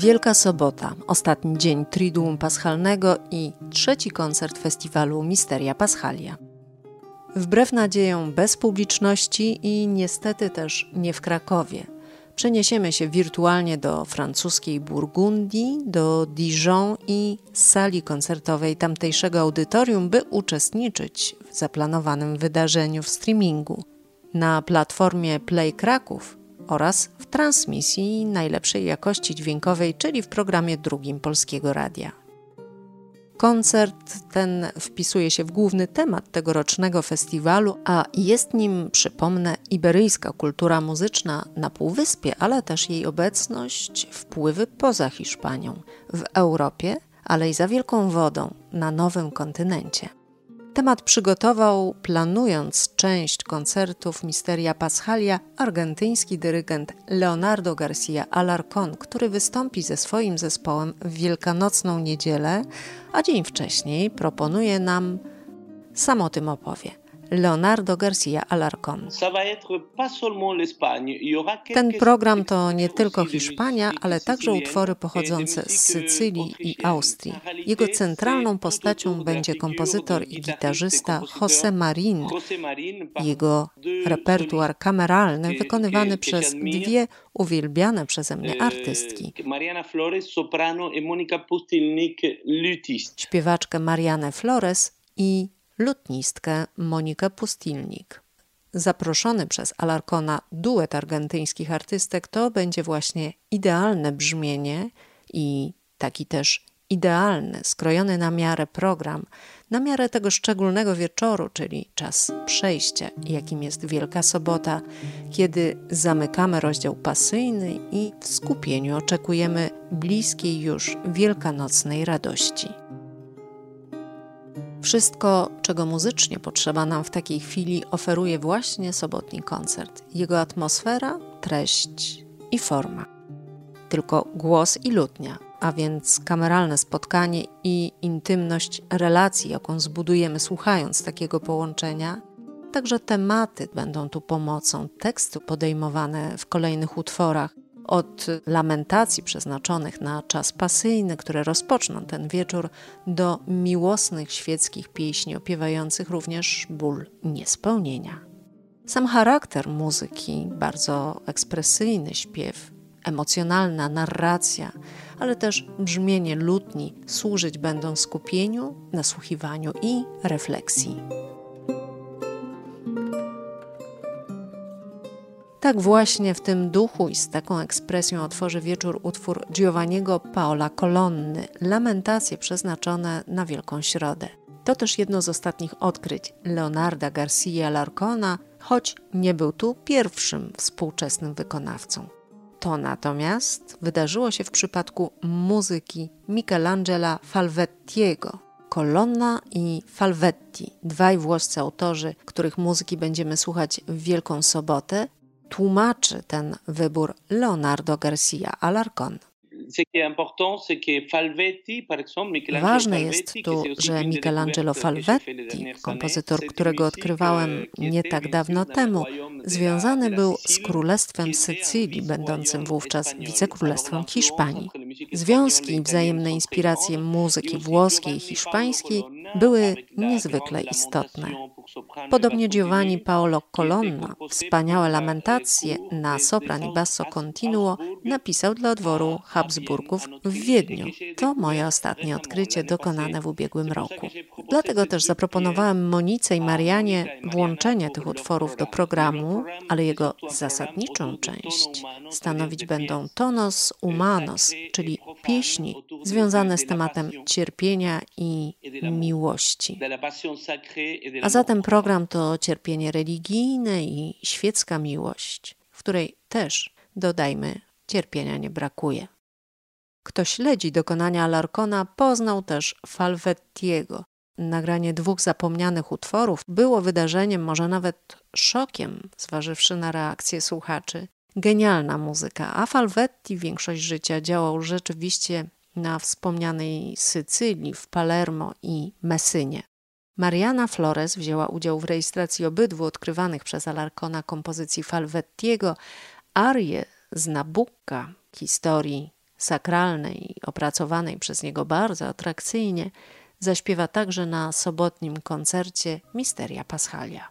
Wielka Sobota, ostatni dzień Triduum Paschalnego i trzeci koncert festiwalu Misteria Paschalia. Wbrew nadziejom bez publiczności i niestety też nie w Krakowie. Przeniesiemy się wirtualnie do francuskiej Burgundii, do Dijon i sali koncertowej tamtejszego audytorium, by uczestniczyć w zaplanowanym wydarzeniu w streamingu na platformie Play Kraków oraz w transmisji najlepszej jakości dźwiękowej, czyli w programie drugim Polskiego Radia. Koncert ten wpisuje się w główny temat tegorocznego festiwalu, a jest nim, przypomnę, iberyjska kultura muzyczna na Półwyspie, ale też jej obecność, wpływy poza Hiszpanią, w Europie, ale i za wielką wodą na nowym kontynencie. Temat przygotował, planując część koncertów Misteria Paschalia, argentyński dyrygent Leonardo García Alarcón, który wystąpi ze swoim zespołem w Wielkanocną Niedzielę, a dzień wcześniej proponuje nam, sam o tym opowie, Leonardo García Alarcón. Ten program to nie tylko Hiszpania, ale także utwory pochodzące z Sycylii i Austrii. Jego centralną postacią będzie kompozytor i gitarzysta José Marín. Jego repertuar kameralny wykonywany przez dwie uwielbiane przeze mnie artystki. Śpiewaczkę Marianę Flores i lutnistkę Monikę Pustilnik. Zaproszony przez Alarcona duet argentyńskich artystek to będzie właśnie idealne brzmienie i taki też idealny, skrojony na miarę program, na miarę tego szczególnego wieczoru, czyli czas przejścia, jakim jest Wielka Sobota, kiedy zamykamy rozdział pasyjny i w skupieniu oczekujemy bliskiej już wielkanocnej radości. Wszystko, czego muzycznie potrzeba nam w takiej chwili, oferuje właśnie sobotni koncert. Jego atmosfera, treść i forma. Tylko głos i lutnia, a więc kameralne spotkanie i intymność relacji, jaką zbudujemy słuchając takiego połączenia. Także tematy będą tu pomocą, teksty podejmowane w kolejnych utworach, od lamentacji przeznaczonych na czas pasyjny, które rozpoczną ten wieczór, do miłosnych świeckich pieśni opiewających również ból niespełnienia. Sam charakter muzyki, bardzo ekspresyjny śpiew, emocjonalna narracja, ale też brzmienie lutni służyć będą skupieniu, nasłuchiwaniu i refleksji. Tak właśnie w tym duchu i z taką ekspresją otworzy wieczór utwór Giovanniego Paola Colonny, Lamentacje przeznaczone na Wielką Środę. To też jedno z ostatnich odkryć Leonarda García Alarcona, choć nie był tu pierwszym współczesnym wykonawcą. To natomiast wydarzyło się w przypadku muzyki Michelangela Falvettiego. Colonna i Falvetti, dwaj włoscy autorzy, których muzyki będziemy słuchać w Wielką Sobotę, tłumaczy ten wybór Leonardo García Alarcón. Ważne jest tu, że Michelangelo Falvetti, kompozytor, którego odkrywałem nie tak dawno temu, związany był z Królestwem Sycylii, będącym wówczas wicekrólestwem Hiszpanii. Związki i wzajemne inspiracje muzyki włoskiej i hiszpańskiej były niezwykle istotne. Podobnie Giovanni Paolo Colonna wspaniałe lamentacje na sopran i basso continuo napisał dla dworu Habsburgów w Wiedniu. To moje ostatnie odkrycie dokonane w ubiegłym roku. Dlatego też zaproponowałem Monice i Marianie włączenie tych utworów do programu, ale jego zasadniczą część stanowić będą tonos humanos, czyli pieśni związane z tematem cierpienia i miłości. A zatem program to cierpienie religijne i świecka miłość, w której też, dodajmy, cierpienia nie brakuje. Kto śledzi dokonania Alarcona, poznał też Falvettiego. Nagranie dwóch zapomnianych utworów było wydarzeniem, może nawet szokiem, zważywszy na reakcję słuchaczy. Genialna muzyka, a Falvetti większość życia działał rzeczywiście na wspomnianej Sycylii, w Palermo i Messynie. Mariana Flores wzięła udział w rejestracji obydwu odkrywanych przez Alarcona kompozycji Falvettiego, arie z Nabucca, historii sakralnej, opracowanej przez niego bardzo atrakcyjnie, zaśpiewa także na sobotnim koncercie Misteria Paschalia.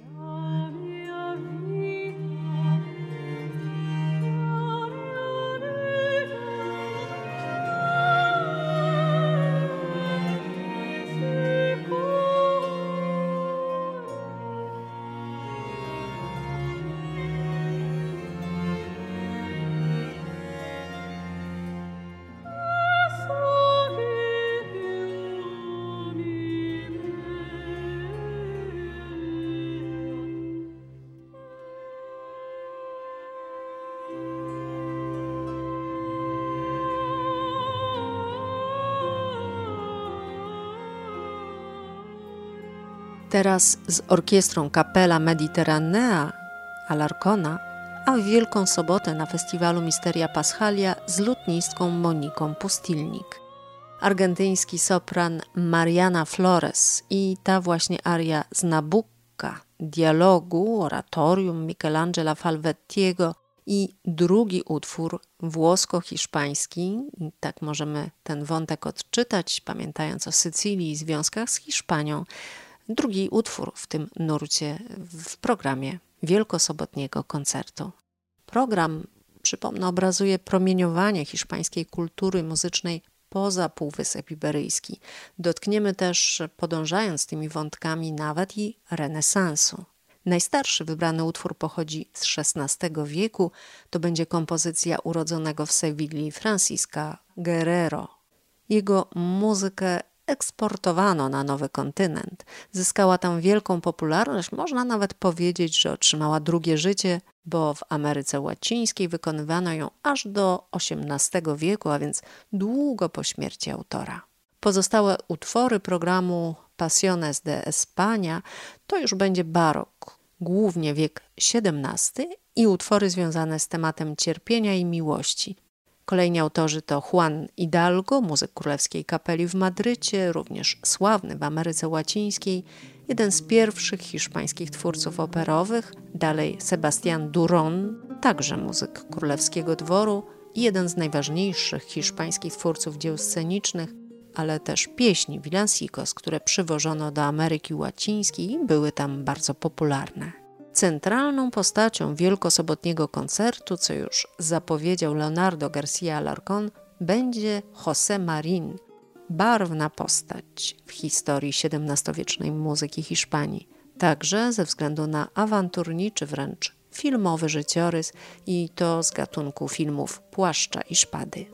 Teraz z orkiestrą Capella Mediterranea Alarcona, a w Wielką Sobotę na festiwalu Misteria Paschalia z lutnistką Moniką Pustilnik. Argentyński sopran Mariana Flores i ta właśnie aria z Nabucca, dialogu, oratorium Michelangela Falvettiego i drugi utwór włosko-hiszpański, i tak możemy ten wątek odczytać, pamiętając o Sycylii i związkach z Hiszpanią, drugi utwór w tym nurcie w programie wielkosobotniego koncertu. Program, przypomnę, obrazuje promieniowanie hiszpańskiej kultury muzycznej poza Półwysep Iberyjski. Dotkniemy też, podążając tymi wątkami, nawet i renesansu. Najstarszy wybrany utwór pochodzi z XVI wieku. To będzie kompozycja urodzonego w Sewilli Francisca Guerrero. Jego muzykę eksportowano na nowy kontynent. Zyskała tam wielką popularność, można nawet powiedzieć, że otrzymała drugie życie, bo w Ameryce Łacińskiej wykonywano ją aż do XVIII wieku, a więc długo po śmierci autora. Pozostałe utwory programu Pasiones de España to już będzie barok, głównie wiek XVII i utwory związane z tematem cierpienia i miłości. Kolejni autorzy to Juan Hidalgo, muzyk Królewskiej Kapeli w Madrycie, również sławny w Ameryce Łacińskiej, jeden z pierwszych hiszpańskich twórców operowych, dalej Sebastián Durón, także muzyk Królewskiego Dworu i jeden z najważniejszych hiszpańskich twórców dzieł scenicznych, ale też pieśni villancicos, które przywożono do Ameryki Łacińskiej i były tam bardzo popularne. Centralną postacią wielkosobotniego koncertu, co już zapowiedział Leonardo García Alarcón, będzie José Marín, barwna postać w historii XVII-wiecznej muzyki Hiszpanii, także ze względu na awanturniczy wręcz filmowy życiorys i to z gatunku filmów Płaszcza i Szpady.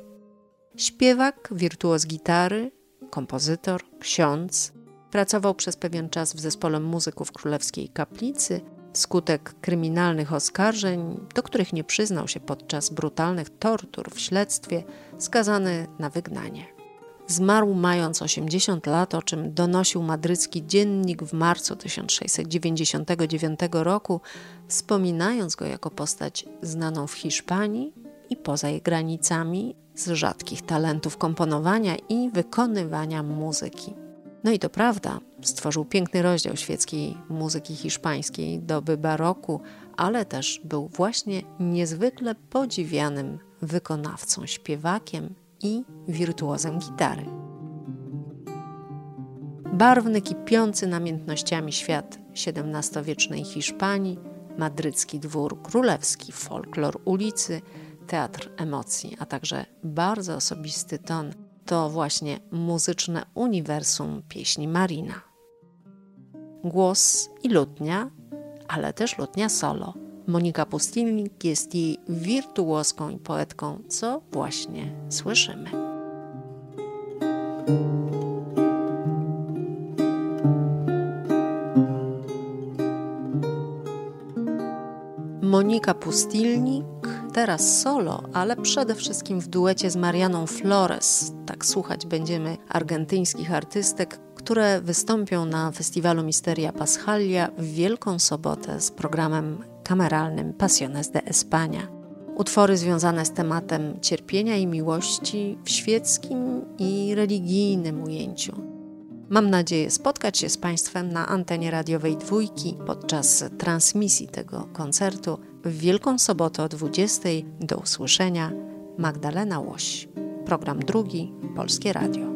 Śpiewak, wirtuoz gitary, kompozytor, ksiądz, pracował przez pewien czas w zespole muzyków Królewskiej Kaplicy. Wskutek kryminalnych oskarżeń, do których nie przyznał się podczas brutalnych tortur w śledztwie, skazany na wygnanie. Zmarł mając 80 lat, o czym donosił madrycki dziennik w marcu 1699 roku, wspominając go jako postać znaną w Hiszpanii i poza jej granicami, z rzadkich talentów komponowania i wykonywania muzyki. No i to prawda, stworzył piękny rozdział świeckiej muzyki hiszpańskiej doby baroku, ale też był właśnie niezwykle podziwianym wykonawcą, śpiewakiem i wirtuozem gitary. Barwny, kipiący namiętnościami świat XVII-wiecznej Hiszpanii, madrycki dwór królewski, folklor ulicy, teatr emocji, a także bardzo osobisty ton, to właśnie muzyczne uniwersum pieśni Marina. Głos i lutnia, ale też lutnia solo. Monika Pustilnik jest jej wirtuozką i poetką, co właśnie słyszymy. Monika Pustilnik teraz solo, ale przede wszystkim w duecie z Marianą Flores. Tak słuchać będziemy argentyńskich artystek, które wystąpią na festiwalu Misteria Paschalia w Wielką Sobotę z programem kameralnym Pasiones de España. Utwory związane z tematem cierpienia i miłości w świeckim i religijnym ujęciu. Mam nadzieję spotkać się z Państwem na antenie radiowej Dwójki podczas transmisji tego koncertu w Wielką Sobotę o 20:00. Do usłyszenia. Magdalena Łoś. Program drugi, Polskie Radio.